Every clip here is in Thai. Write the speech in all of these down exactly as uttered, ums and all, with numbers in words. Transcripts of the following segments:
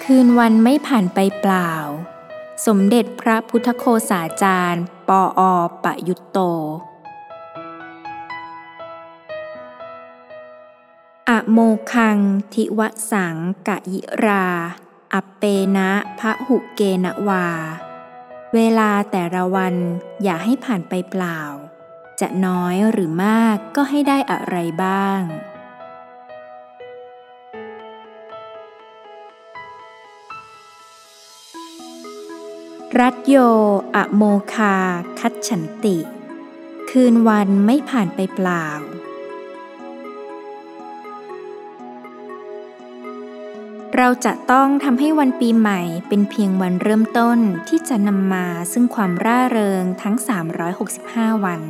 คืนวันไม่ผ่านไปเปล่าสมเด็จพระพุทธโฆษาจารย์ปอ.ปยุตโตอโมคังทิวสังกะยิราอัปเปนะพะหุเกณวาเวลาแต่ละวันอย่าให้ผ่านไปเปล่าจะน้อยหรือมากก็ให้ได้อะไรบ้างรัตโยอโมคาคัจฉันติคืนวันไม่ผ่านไปเปล่าเราจะต้องทำให้วันปีใหม่เป็นเพียงวันเริ่มต้นที่จะนำมาซึ่งความร่าเริงทั้งสามร้อยหกสิบห้าวัน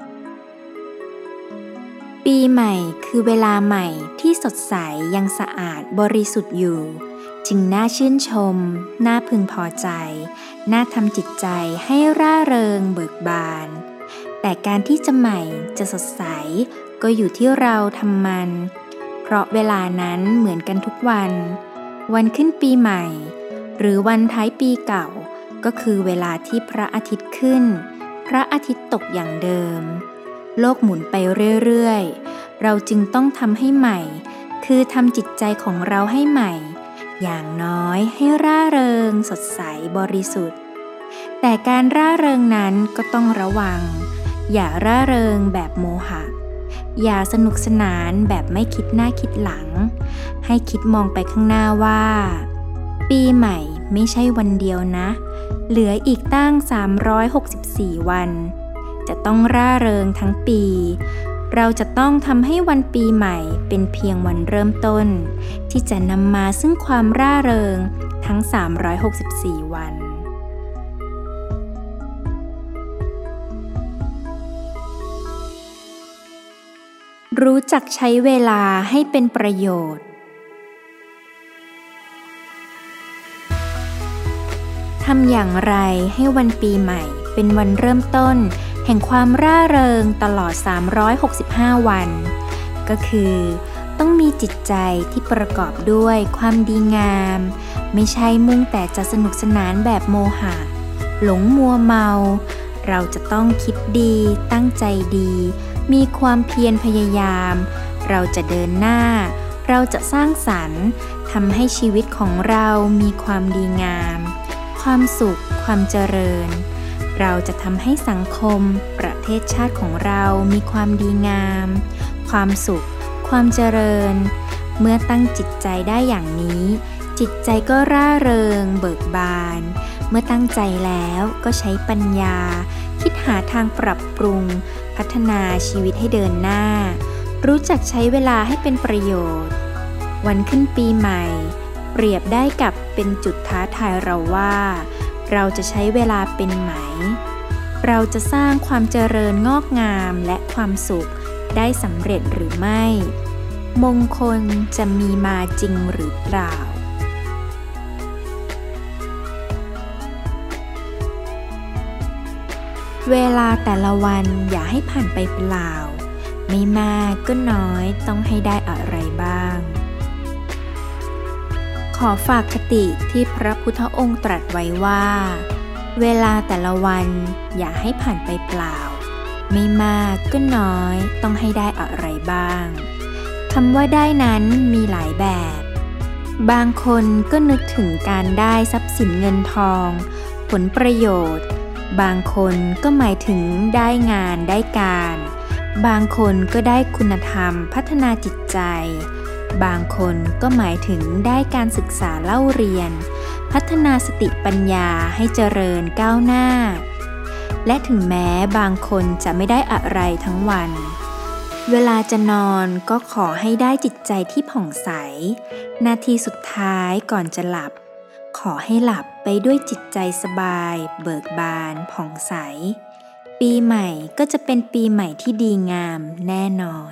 ปีใหม่คือเวลาใหม่ที่สดใสยังสะอาดบริสุทธิ์อยู่จึงน่าชื่นชมน่าพึงพอใจน่าทำจิตใจให้ร่าเริงเบิกบานแต่การที่จะใหม่จะสดใสก็อยู่ที่เราทำมันเพราะเวลานั้นเหมือนกันทุกวันวันขึ้นปีใหม่หรือวันท้ายปีเก่าก็คือเวลาที่พระอาทิตย์ขึ้นพระอาทิตย์ตกอย่างเดิมโลกหมุนไปเรื่อยๆเราจึงต้องทำให้ใหม่คือทำจิตใจของเราให้ใหม่อย่างน้อยให้ร่าเริงสดใสบริสุทธิ์แต่การร่าเริงนั้นก็ต้องระวังอย่าร่าเริงแบบโมหะอย่าสนุกสนานแบบไม่คิดหน้าคิดหลังให้คิดมองไปข้างหน้าว่าปีใหม่ไม่ใช่วันเดียวนะเหลืออีกตั้งสามร้อยหกสิบสี่วันจะต้องร่าเริงทั้งปีเราจะต้องทำให้วันปีใหม่เป็นเพียงวันเริ่มต้นที่จะนำมาซึ่งความร่าเริงทั้งสามร้อยหกสิบสี่วันรู้จักใช้เวลาให้เป็นประโยชน์ทำอย่างไรให้วันปีใหม่เป็นวันเริ่มต้นแห่งความร่าเริงตลอดสามร้อยหกสิบห้าวันก็คือต้องมีจิตใจที่ประกอบด้วยความดีงามไม่ใช่มุ่งแต่จะสนุกสนานแบบโมหะหลงมัวเมาเราจะต้องคิดดีตั้งใจดีมีความเพียรพยายามเราจะเดินหน้าเราจะสร้างสรรค์ทำให้ชีวิตของเรามีความดีงามความสุขความเจริญเราจะทำให้สังคมประเทศชาติของเรามีความดีงามความสุขความเจริญเมื่อตั้งจิตใจได้อย่างนี้จิตใจก็ร่าเริงเบิกบานเมื่อตั้งใจแล้วก็ใช้ปัญญาคิดหาทางปรับปรุงพัฒนาชีวิตให้เดินหน้ารู้จักใช้เวลาให้เป็นประโยชน์วันขึ้นปีใหม่เปรียบได้กับเป็นจุดท้าทายเราว่าเราจะใช้เวลาเป็นไหมเราจะสร้างความเจริญงอกงามและความสุขได้สำเร็จหรือไม่มงคลจะมีมาจริงหรือเปล่าเวลาแต่ละวันอย่าให้ผ่านไปเปล่าไม่มากก็น้อยต้องให้ได้อะไรบ้างขอฝากคติที่พระพุทธองค์ตรัสไว้ว่าเวลาแต่ละวันอย่าให้ผ่านไปเปล่าไม่มากก็น้อยต้องให้ได้อะไรบ้างคำว่าได้นั้นมีหลายแบบบางคนก็นึกถึงการได้ทรัพย์สินเงินทองผลประโยชน์บางคนก็หมายถึงได้งานได้การบางคนก็ได้คุณธรรมพัฒนาจิตใจบางคนก็หมายถึงได้การศึกษาเล่าเรียนพัฒนาสติปัญญาให้เจริญก้าวหน้าและถึงแม้บางคนจะไม่ได้อะไรทั้งวันเวลาจะนอนก็ขอให้ได้จิตใจที่ผ่องใสนาทีสุดท้ายก่อนจะหลับขอให้หลับไปด้วยจิตใจสบายเบิกบานผ่องใสปีใหม่ก็จะเป็นปีใหม่ที่ดีงามแน่นอน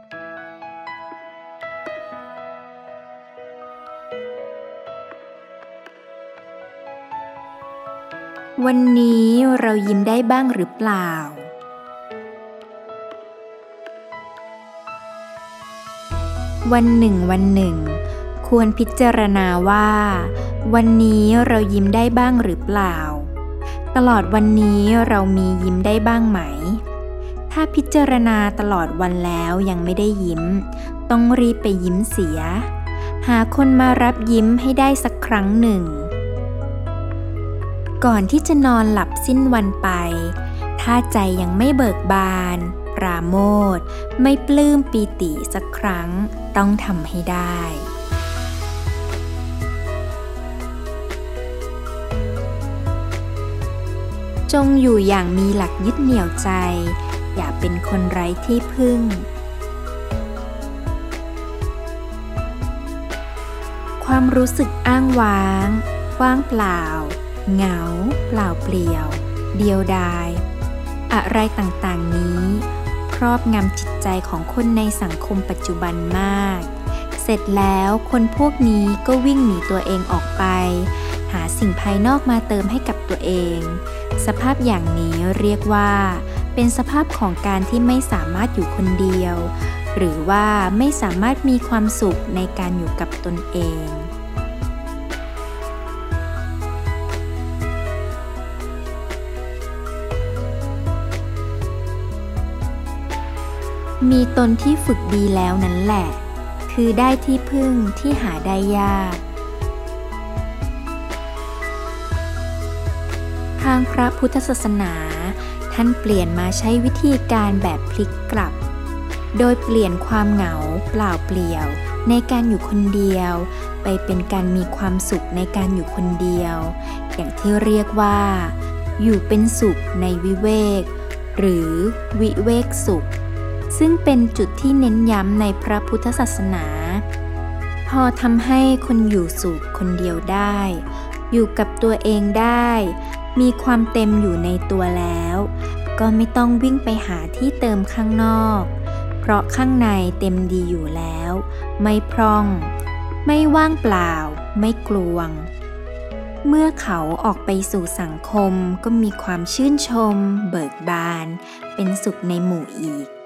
วันนี้เรายิ้มได้บ้างหรือเปล่าวันหนึ่งวันหนึ่งควรพิจารณาว่าวันนี้เรายิ้มได้บ้างหรือเปล่าตลอดวันนี้เรามียิ้มได้บ้างไหมถ้าพิจารณาตลอดวันแล้วยังไม่ได้ยิ้มต้องรีบไปยิ้มเสียหาคนมารับยิ้มให้ได้สักครั้งหนึ่งก่อนที่จะนอนหลับสิ้นวันไปถ้าใจยังไม่เบิกบานปราโมทย์ไม่ปลื้มปีติสักครั้งต้องทำให้ได้จงอยู่อย่างมีหลักยึดเหนี่ยวใจอย่าเป็นคนไร้ที่พึ่งความรู้สึกอ้างว้างว่างเปล่าเหงาเปล่าเปลี่ยวเดียวดายอะไรต่างๆนี้ครอบงำจิตใจของคนในสังคมปัจจุบันมากเสร็จแล้วคนพวกนี้ก็วิ่งหนีตัวเองออกไปหาสิ่งภายนอกมาเติมให้กับตัวเองสภาพอย่างนี้เรียกว่าเป็นสภาพของการที่ไม่สามารถอยู่คนเดียวหรือว่าไม่สามารถมีความสุขในการอยู่กับตนเองมีตนที่ฝึกดีแล้วนั่นแหละคือได้ที่พึ่งที่หาได้ยากทางพระพุทธศาสนาท่านเปลี่ยนมาใช้วิธีการแบบพลิกกลับโดยเปลี่ยนความเหงาเปล่าเปลี่ยวในการอยู่คนเดียวไปเป็นการมีความสุขในการอยู่คนเดียวอย่างที่เรียกว่าอยู่เป็นสุขในวิเวกหรือวิเวกสุขซึ่งเป็นจุดที่เน้นย้ำในพระพุทธศาสนาพอทำให้คนอยู่สุขคนเดียวได้อยู่กับตัวเองได้มีความเต็มอยู่ในตัวแล้วก็ไม่ต้องวิ่งไปหาที่เติมข้างนอกเพราะข้างในเต็มดีอยู่แล้วไม่พร่องไม่ว่างเปล่าไม่กลวงเมื่อเขาออกไปสู่สังคมก็มีความชื่นชมเบิกบานเป็นสุขในหมู่อีก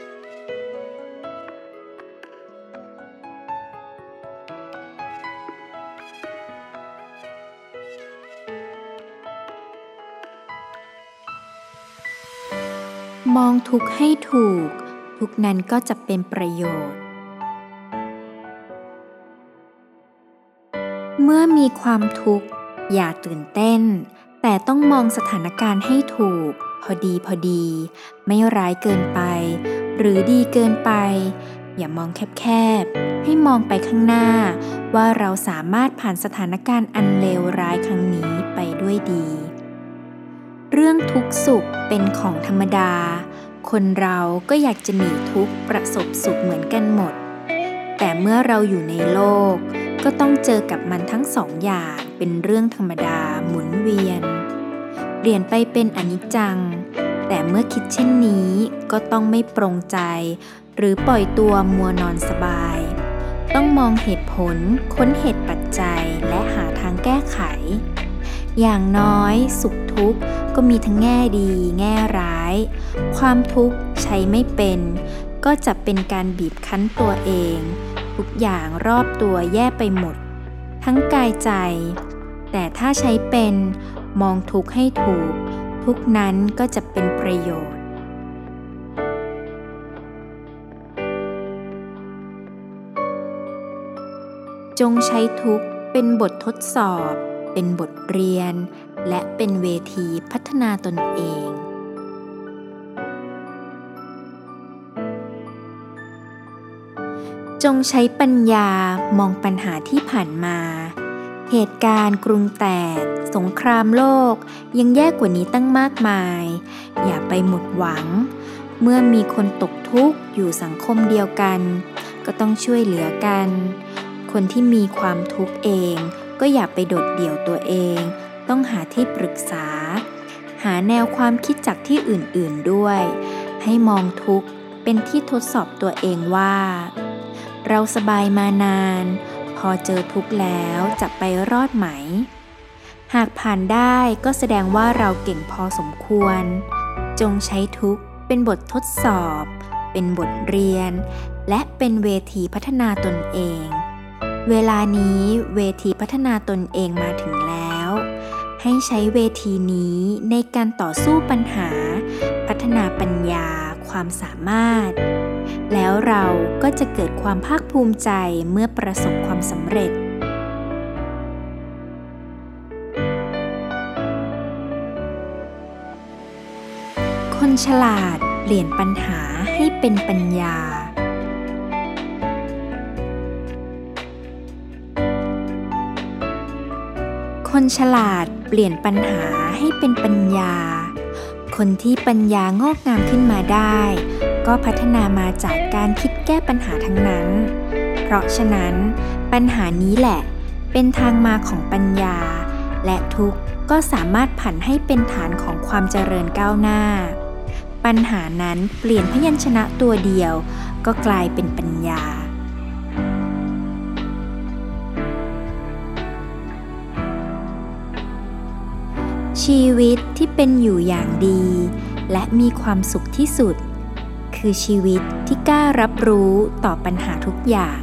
มองทุกข์ให้ถูกทุกนั้นก็จะเป็นประโยชน์เมื่อมีความทุกข์อย่าตื่นเต้นแต่ต้องมองสถานการณ์ให้ถูกพอดีพอดีไม่ร้ายเกินไปหรือดีเกินไปอย่ามองแคบๆให้มองไปข้างหน้าว่าเราสามารถผ่านสถานการณ์อันเลวร้ายครั้งนี้ไปด้วยดีเรื่องทุกข์สุขเป็นของธรรมดาคนเราก็อยากจะหนีทุกข์ประสบสุขเหมือนกันหมดแต่เมื่อเราอยู่ในโลกก็ต้องเจอกับมันทั้งสองอย่างเป็นเรื่องธรรมดาหมุนเวียนเปลี่ยนไปเป็นอนิจจังแต่เมื่อคิดเช่นนี้ก็ต้องไม่ปรงใจหรือปล่อยตัวมัวนอนสบายต้องมองเหตุผลค้นเหตุปัจจัยและหาทางแก้ไขอย่างน้อยสุขทุกข์ก็มีทั้งแง่ดีแง่ร้ายความทุกข์ใช้ไม่เป็นก็จะเป็นการบีบคั้นตัวเองทุกอย่างรอบตัวแย่ไปหมดทั้งกายใจแต่ถ้าใช้เป็นมองทุกข์ให้ถูกทุกนั้นก็จะเป็นประโยชน์จงใช้ทุกข์เป็นบททดสอบเป็นบทเรียนและเป็นเวทีพัฒนาตนเองจงใช้ปัญญามองปัญหาที่ผ่านมาเหตุการณ์กรุงแตกสงครามโลกยังแย่กว่านี้ตั้งมากมายอย่าไปหมดหวังเมื่อมีคนตกทุกข์อยู่สังคมเดียวกันก็ต้องช่วยเหลือกันคนที่มีความทุกข์เองก็อย่าไปโดดเดี่ยวตัวเองต้องหาที่ปรึกษาหาแนวความคิดจากที่อื่นๆด้วยให้มองทุกข์เป็นที่ทดสอบตัวเองว่าเราสบายมานานพอเจอทุกข์แล้วจะไปรอดไหมหากผ่านได้ก็แสดงว่าเราเก่งพอสมควรจงใช้ทุกข์เป็นบททดสอบเป็นบทเรียนและเป็นเวทีพัฒนาตนเองเวลานี้เวทีพัฒนาตนเองมาถึงแล้วให้ใช้เวทีนี้ในการต่อสู้ปัญหาพัฒนาปัญญาความสามารถแล้วเราก็จะเกิดความภาคภูมิใจเมื่อประสบความสำเร็จคนฉลาดเปลี่ยนปัญหาให้เป็นปัญญาคนฉลาดเปลี่ยนปัญหาให้เป็นปัญญาคนที่ปัญญางอกงามขึ้นมาได้ก็พัฒนามาจากการคิดแก้ปัญหาทั้งนั้นเพราะฉะนั้นปัญหานี้แหละเป็นทางมาของปัญญาและทุกข์ก็สามารถผันให้เป็นฐานของความเจริญก้าวหน้าปัญหานั้นเปลี่ยนพยัญชนะตัวเดียวก็กลายเป็นปัญญาชีวิตที่เป็นอยู่อย่างดีและมีความสุขที่สุดคือชีวิตที่กล้ารับรู้ต่อปัญหาทุกอย่าง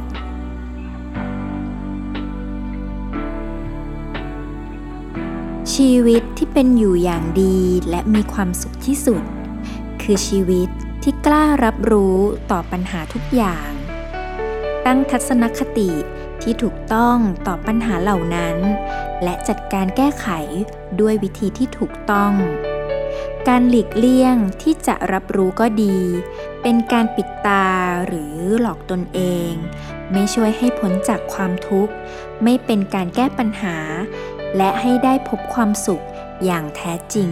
ชีวิตที่เป็นอยู่อย่างดีและมีความสุขที่สุดคือชีวิตที่กล้ารับรู้ต่อปัญหาทุกอย่างตั้งทัศนคติที่ถูกต้องต่อปัญหาเหล่านั้นและจัดการแก้ไขด้วยวิธีที่ถูกต้องการหลีกเลี่ยงที่จะรับรู้ก็ดีเป็นการปิดตาหรือหลอกตนเองไม่ช่วยให้พ้นจากความทุกข์ไม่เป็นการแก้ปัญหาและให้ได้พบความสุขอย่างแท้จริง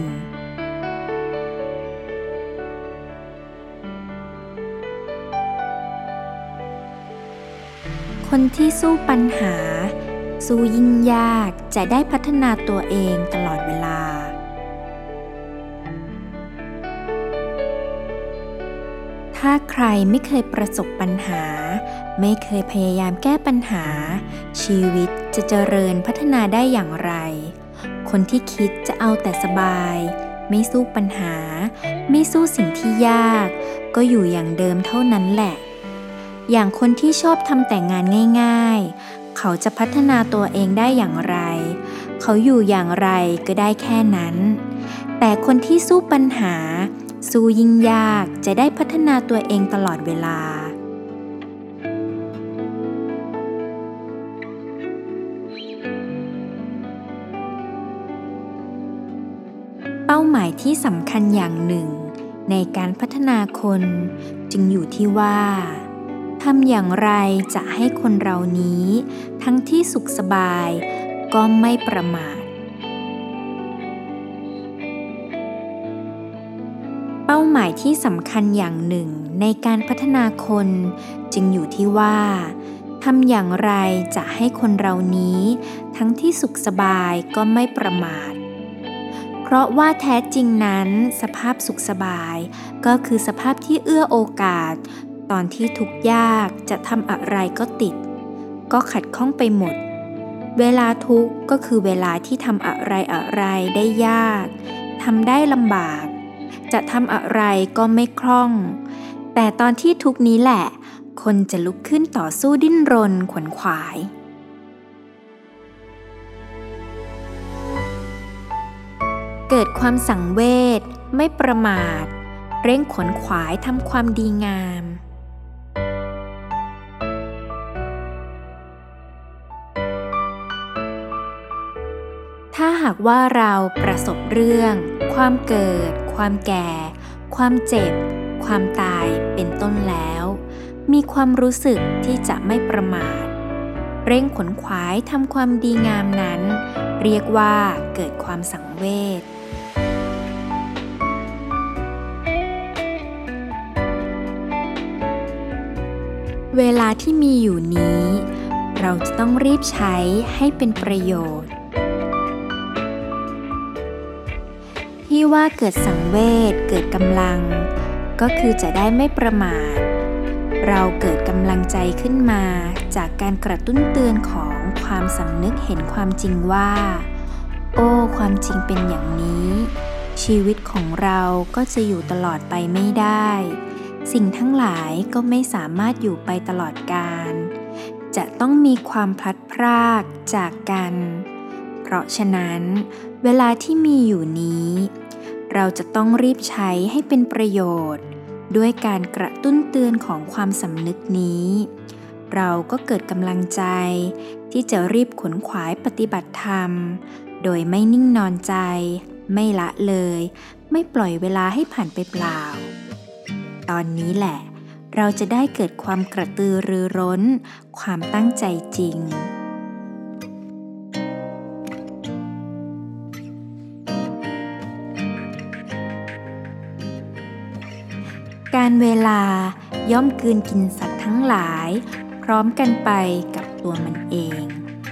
คนที่สู้ปัญหาสู้ยิ่งยากจะได้พัฒนาตัวเองตลอดเวลาถ้าใครไม่เคยประสบปัญหาไม่เคยพยายามแก้ปัญหาชีวิตจะเจริญพัฒนาได้อย่างไรคนที่คิดจะเอาแต่สบายไม่สู้ปัญหาไม่สู้สิ่งที่ยากก็อยู่อย่างเดิมเท่านั้นแหละอย่างคนที่ชอบทำแต่งานง่ายๆเขาจะพัฒนาตัวเองได้อย่างไรเขาอยู่อย่างไรก็ได้แค่นั้นแต่คนที่สู้ปัญหาสู้ยิ่งยากจะได้พัฒนาตัวเองตลอดเวลาเป้าหมายที่สำคัญอย่างหนึ่งในการพัฒนาคนจึงอยู่ที่ว่าทำอย่างไรจะให้คนเรานี้ทั้งที่สุขสบายก็ไม่ประมาทเป้าหมายที่สำคัญอย่างหนึ่งในการพัฒนาคนจึงอยู่ที่ว่าทำอย่างไรจะให้คนเรานี้ทั้งที่สุขสบายก็ไม่ประมาทเพราะว่าแท้จริงนั้นสภาพสุขสบายก็คือสภาพที่เอื้อโอกาสตอนที่ทุกข์ยากจะทำอะไรก็ติดก็ขัดข้องไปหมดเวลาทุกข์ก็คือเวลาที่ทำอะไรอะไรได้ยากทำได้ลำบากจะทำอะไรก็ไม่คล่องแต่ตอนที่ทุกข์นี้แหละคนจะลุกขึ้นต่อสู้ดิ้นรนขวนขวายเกิดความสังเวชไม่ประมาทเร่งขวนขวายทำความดีงามถ้าหากว่าเราประสบเรื่องความเกิดความแก่ความเจ็บความตายเป็นต้นแล้วมีความรู้สึกที่จะไม่ประมาทเร่งขวนขวายทำความดีงามนั้นเรียกว่าเกิดความสังเวชเวลาที่มีอยู่นี้เราจะต้องรีบใช้ให้เป็นประโยชน์ที่ว่าเกิดสังเวชเกิดกำลังก็คือจะได้ไม่ประมาทเราเกิดกำลังใจขึ้นมาจากการกระตุ้นเตือนของความสำนึกเห็นความจริงว่าโอ้ความจริงเป็นอย่างนี้ชีวิตของเราก็จะอยู่ตลอดไปไม่ได้สิ่งทั้งหลายก็ไม่สามารถอยู่ไปตลอดกาลจะต้องมีความพลัดพรากจากกัน เพราะฉะนั้นเวลาที่มีอยู่นี้เราจะต้องรีบใช้ให้เป็นประโยชน์ด้วยการกระตุ้นเตือนของความสำนึกนี้เราก็เกิดกำลังใจที่จะรีบขวนขวายปฏิบัติธรรมโดยไม่นิ่งนอนใจไม่ละเลยไม่ปล่อยเวลาให้ผ่านไปเปล่าตอนนี้แหละเราจะได้เกิดความกระตือรือร้นความตั้งใจจริงการเวลาย่อมกลืนกินสัตว์ทั้งหลายพร้อมกันไปกับตัวมันเอง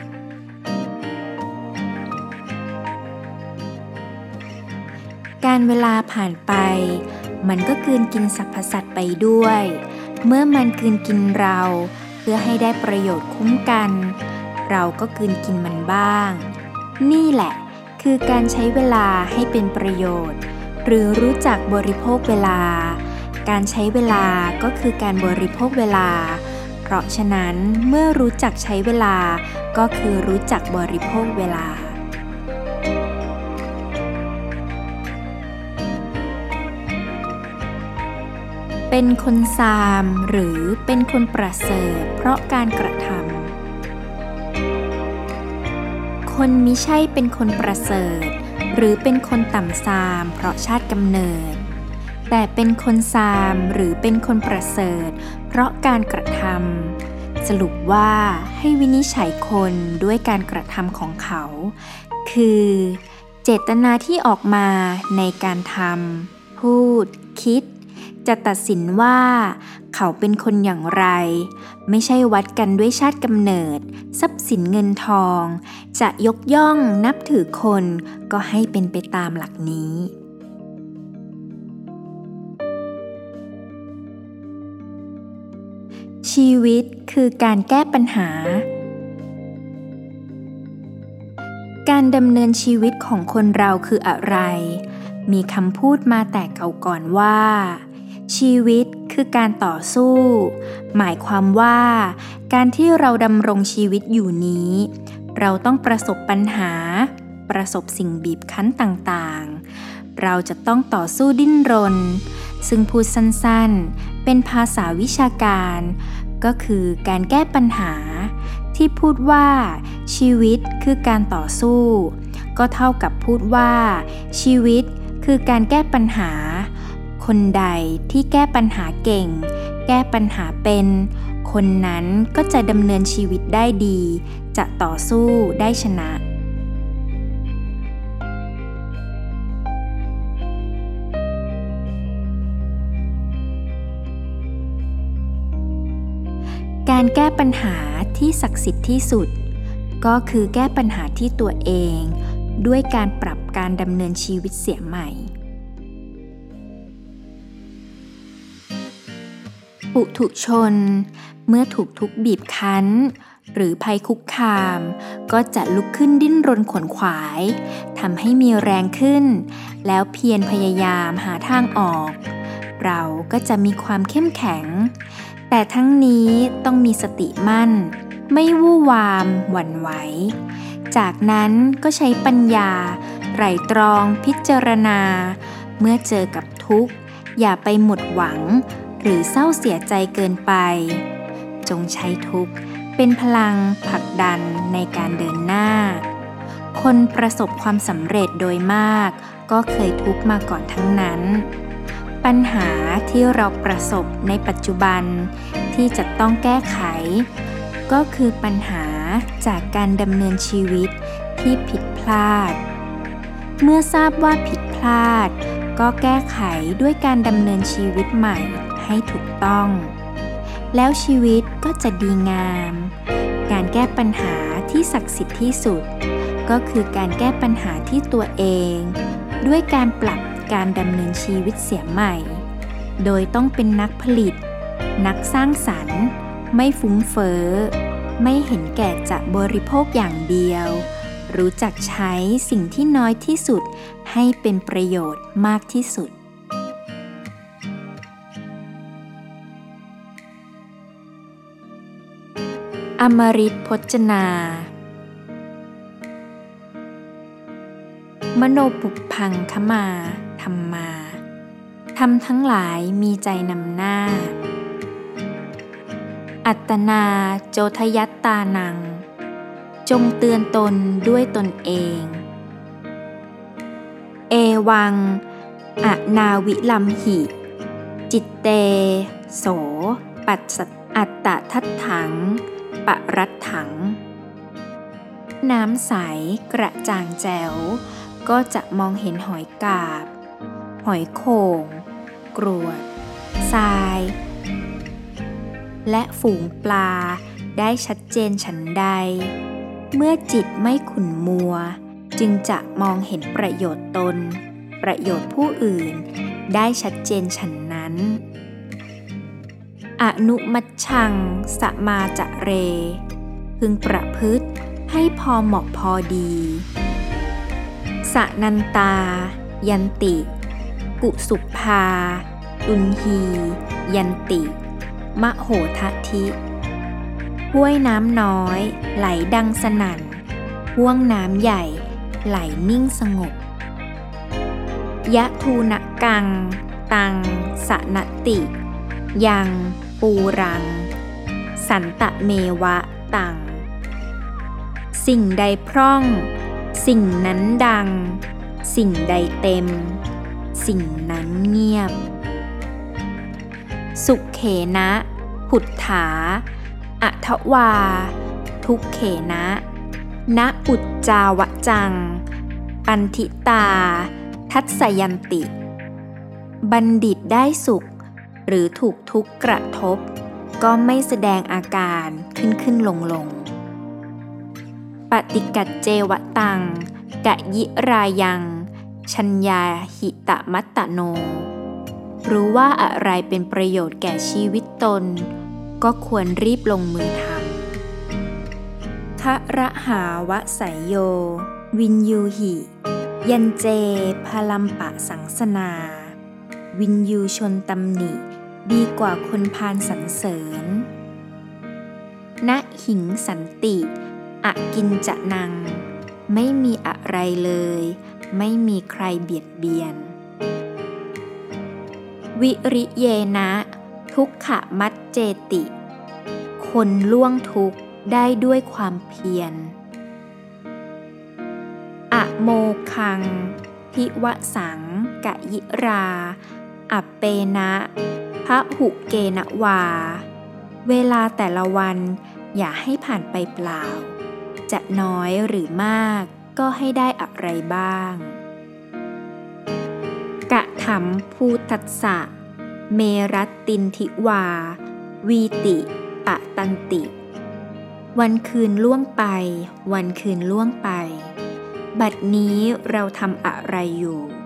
การเวลาผ่านไปมันก็กลืนกินสรรพสัตว์ไปด้วยเมื่อมันกลืนกินเราเพื่อให้ได้ประโยชน์คุ้มกันเราก็กลืนกินมันบ้างนี่แหละคือการใช้เวลาให้เป็นประโยชน์หรือรู้จักบริโภคเวลาการใช้เวลาก็คือการบริโภคเวลาเพราะฉะนั้นเมื่อรู้จักใช้เวลาก็คือรู้จักบริโภคเวลาเป็นคนซามหรือเป็นคนประเสริฐเพราะการกระทำคนมิใช่เป็นคนประเสริฐหรือเป็นคนต่ำซามเพราะชาติกำเนิดแต่เป็นคนซามหรือเป็นคนประเสริฐเพราะการกระทำสรุปว่าให้วินิจฉัยคนด้วยการกระทำของเขาคือเจตนาที่ออกมาในการทำพูดคิดจะตัดสินว่าเขาเป็นคนอย่างไรไม่ใช่วัดกันด้วยชาติกำเนิดทรัพย์สินเงินทองจะยกย่องนับถือคนก็ให้เป็นไปตามหลักนี้ชีวิตคือการแก้ปัญหาการดำเนินชีวิตของคนเราคืออะไรมีคำพูดมาแต่เก่าก่อนว่าชีวิตคือการต่อสู้หมายความว่าการที่เราดำรงชีวิตอยู่นี้เราต้องประสบปัญหาประสบสิ่งบีบคั้นต่างๆเราจะต้องต่อสู้ดิ้นรนซึ่งพูดสั้นๆเป็นภาษาวิชาการก็คือการแก้ปัญหาที่พูดว่าชีวิตคือการต่อสู้ก็เท่ากับพูดว่าชีวิตคือการแก้ปัญหาคนใดที่แก้ปัญหาเก่งแก้ปัญหาเป็นคนนั้นก็จะดำเนินชีวิตได้ดีจะต่อสู้ได้ชนะการแก้ปัญหาที่ศักดิ์สิทธิ์ที่สุดก็คือแก้ปัญหาที่ตัวเองด้วยการปรับการดำเนินชีวิตเสียใหม่ปุถุชนเมื่อถูกทุกข์บีบคั้นหรือภัยคุกคามก็จะลุกขึ้นดิ้นรนขวนขวายทำให้มีแรงขึ้นแล้วเพียรพยายามหาทางออกเราก็จะมีความเข้มแข็งแต่ทั้งนี้ต้องมีสติมั่นไม่วู่วามหวั่นไหวจากนั้นก็ใช้ปัญญาไตร่ตรองพิจารณาเมื่อเจอกับทุกข์อย่าไปหมดหวังหรือเศร้าเสียใจเกินไปจงใช้ทุกข์เป็นพลังผลักดันในการเดินหน้าคนประสบความสำเร็จโดยมากก็เคยทุกข์มาก่อนทั้งนั้นปัญหาที่เราประสบในปัจจุบันที่จะต้องแก้ไขก็คือปัญหาจากการดำเนินชีวิตที่ผิดพลาดเมื่อทราบว่าผิดพลาดก็แก้ไขด้วยการดำเนินชีวิตใหม่ให้ถูกต้องแล้วชีวิตก็จะดีงามการแก้ปัญหาที่ศักดิ์สิทธิ์ที่สุดก็คือการแก้ปัญหาที่ตัวเองด้วยการปรับการดำเนินชีวิตเสียใหม่โดยต้องเป็นนักผลิตนักสร้างสรรค์ไม่ฟุ้งเฟ้อไม่เห็นแก่จะบริโภคอย่างเดียวรู้จักใช้สิ่งที่น้อยที่สุดให้เป็นประโยชน์มากที่สุดอมฤตพจนา มโนปุพพังคมาธรรมาธรรมทั้งหลายมีใจนำหน้า อัตตนาโจทยัตตานัง จงเตือนตนด้วยตนเอง เอวังอนาวิลัมหิ จิตเตโสปัสสอัตตทัฏฐังปรัตถัง น้ำใสกระจ่างแจ๋วก็จะมองเห็นหอยกาบ หอยโข่งกรวดทราย และฝูงปลาได้ชัดเจนฉันใด เมื่อจิตไม่ขุ่นมัวจึงจะมองเห็นประโยชน์ตนประโยชน์ผู้อื่นได้ชัดเจนฉันนั้น อนุมัชชังสมาจะเร พึงประพฤติให้พอเหมาะพอดีสนันตายันติกุสุภาตุนหียันติมโหททิห้วยน้ำน้อยไหลดังสนั่นห้วงน้ำใหญ่ไหลนิ่งสงบยะทูนกังตังสนติยังปูรังสันตะเมวะตังสิ่งใดพร่องสิ่งนั้นดังสิ่งใดเต็มสิ่งนั้นเงียบสุขเขนะผุทธาอัทวาทุกเขนะณอุจจาวจังปันทิตาทัศยันติบัณฑิตได้สุขหรือถูกทุกข์กระทบก็ไม่แสดงอาการขึ้นขึ้นลงลงปฏิกัจเจวตังกะยิรายังชัญญาหิตมัตตโนรู้ว่าอะไรเป็นประโยชน์แก่ชีวิตตนก็ควรรีบลงมือทำทะระหาวะไสยโยวินยูหิยันเจพลัมปะสังสนาวินยูชนตำหนิดีกว่าคนพาลสรรเสริญณหิงสันติอกินจะนังไม่มีอะไรเลยไม่มีใครเบียดเบียนวิริเยนะทุกขมัจเจติคนล่วงทุกข์ได้ด้วยความเพียรอโมคังพิวสังกะยิราอัปเปนะพะหุเกนะวาเวลาแต่ละวันอย่าให้ผ่านไปเปล่าจะน้อยหรือมากก็ให้ได้อะไรบ้างกะถัมภูตัสสะเมรัตตินทิวาวีติปะตันติวันคืนล่วงไปวันคืนล่วงไปบัดนี้เราทำอะไรอยู่